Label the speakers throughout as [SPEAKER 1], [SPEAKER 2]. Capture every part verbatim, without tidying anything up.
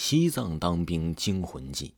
[SPEAKER 1] 西藏当兵惊魂记。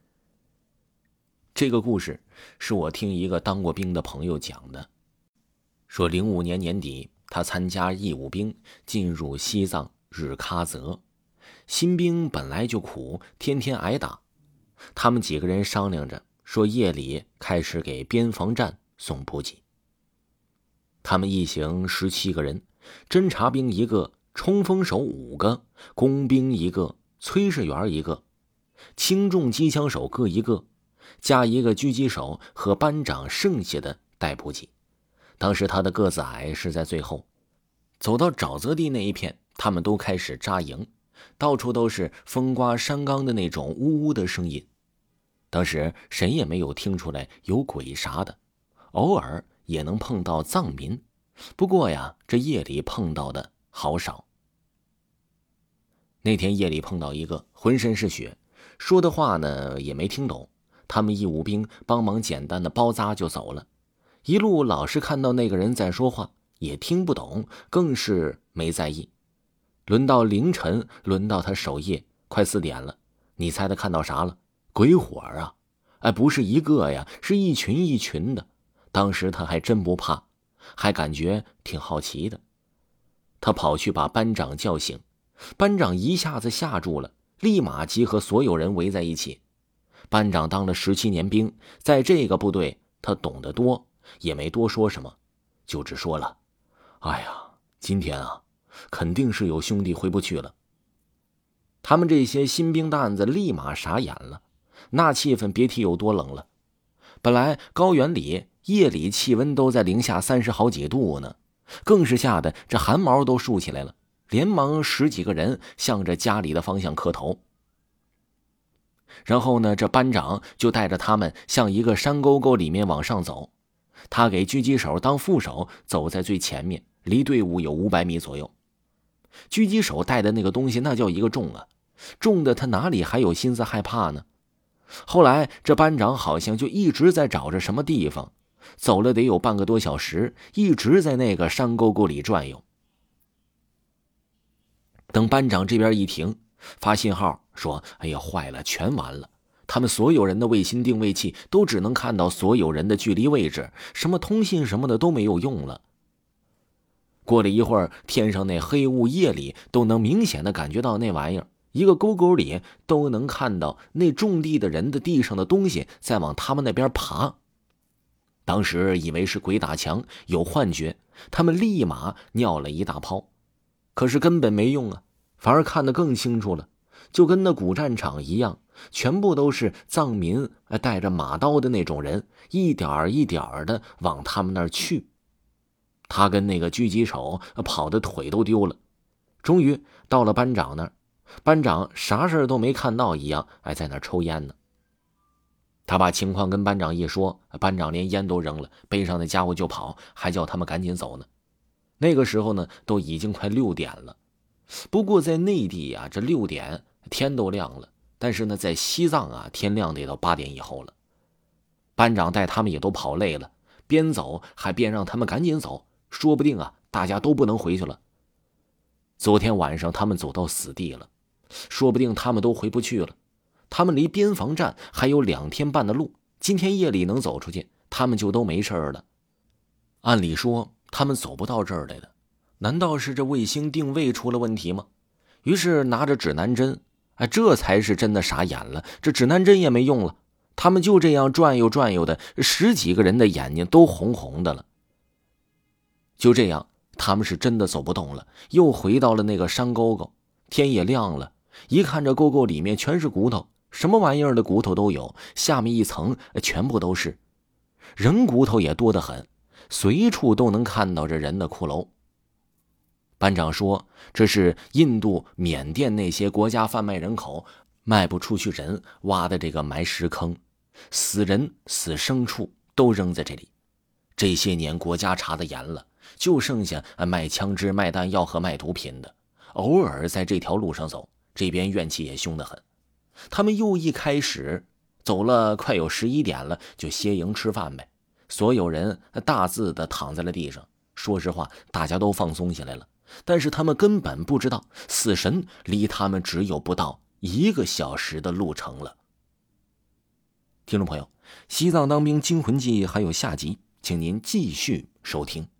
[SPEAKER 1] 这个故事是我听一个当过兵的朋友讲的，说零五年年底，他参加义务兵，进入西藏日喀则。新兵本来就苦，天天挨打。他们几个人商量着，说夜里开始给边防站送补给。他们一行十七个人，侦察兵一个，冲锋手五个，工兵一个，炊事员一个，轻重机枪手各一个，加一个狙击手和班长剩下的带补给。当时他的个子矮，是在最后。走到沼泽地那一片，他们都开始扎营，到处都是风刮山冈的那种呜呜的声音。当时谁也没有听出来有鬼啥的，偶尔也能碰到藏民，不过呀，这夜里碰到的好少。那天夜里碰到一个浑身是血，说的话呢也没听懂，他们义务兵帮忙简单的包扎就走了。一路老是看到那个人在说话，也听不懂，更是没在意。轮到凌晨，轮到他守夜，快四点了，你猜他看到啥了？鬼火啊！哎，不是一个呀，是一群一群的。当时他还真不怕，还感觉挺好奇的。他跑去把班长叫醒，班长一下子吓住了，立马集合所有人围在一起。班长当了十七年兵，在这个部队他懂得多，也没多说什么，就只说了：哎呀，今天啊，肯定是有兄弟回不去了。他们这些新兵蛋子立马傻眼了，那气氛别提有多冷了。本来高原里夜里气温都在零下三十好几度呢，更是吓得这汗毛都竖起来了，连忙十几个人向着家里的方向磕头。然后呢，这班长就带着他们向一个山沟沟里面往上走，他给狙击手当副手，走在最前面，离队伍有五百米左右。狙击手带的那个东西那叫一个重啊，重的他哪里还有心思害怕呢？后来这班长好像就一直在找着什么地方，走了得有半个多小时，一直在那个山沟沟里转悠。等班长这边一停，发信号说：哎呀，坏了，全完了。他们所有人的卫星定位器都只能看到所有人的距离位置，什么通信什么的都没有用了。过了一会儿，天上那黑雾夜里都能明显的感觉到那玩意儿，一个沟沟里都能看到那种地的人的地上的东西在往他们那边爬。当时以为是鬼打墙，有幻觉，他们立马尿了一大泡，可是根本没用啊，反而看得更清楚了，就跟那古战场一样，全部都是藏民带着马刀的那种人，一点一点的往他们那儿去。他跟那个狙击手跑的腿都丢了。终于到了班长那儿，班长啥事都没看到一样，还在那儿抽烟呢。他把情况跟班长一说，班长连烟都扔了，背上那家伙就跑，还叫他们赶紧走呢。那个时候呢，都已经快六点了。不过在内地啊，这六点天都亮了，但是呢，在西藏啊，天亮得到八点以后了。班长带他们也都跑累了，边走还边让他们赶紧走，说不定啊，大家都不能回去了。昨天晚上他们走到死地了，说不定他们都回不去了。他们离边防站还有两天半的路，今天夜里能走出去，他们就都没事了。按理说他们走不到这儿来的，难道是这卫星定位出了问题吗？于是拿着指南针，哎，这才是真的傻眼了，这指南针也没用了，他们就这样转悠转悠的，十几个人的眼睛都红红的了。就这样，他们是真的走不动了，又回到了那个山沟沟。天也亮了，一看这沟沟里面全是骨头，什么玩意儿的骨头都有，下面一层全部都是人骨头，也多得很，随处都能看到这人的骷髅。班长说，这是印度、缅甸那些国家贩卖人口卖不出去人挖的这个埋尸坑，死人死牲畜都扔在这里。这些年国家查得严了，就剩下卖枪支、卖弹药和卖毒品的，偶尔在这条路上走，这边怨气也凶得很。他们又一开始走了快有十一点了，就歇营吃饭呗。所有人大字的躺在了地上，说实话，大家都放松下来了。但是他们根本不知道，死神离他们只有不到一个小时的路程了。听众朋友，《西藏当兵惊魂记》还有下集，请您继续收听。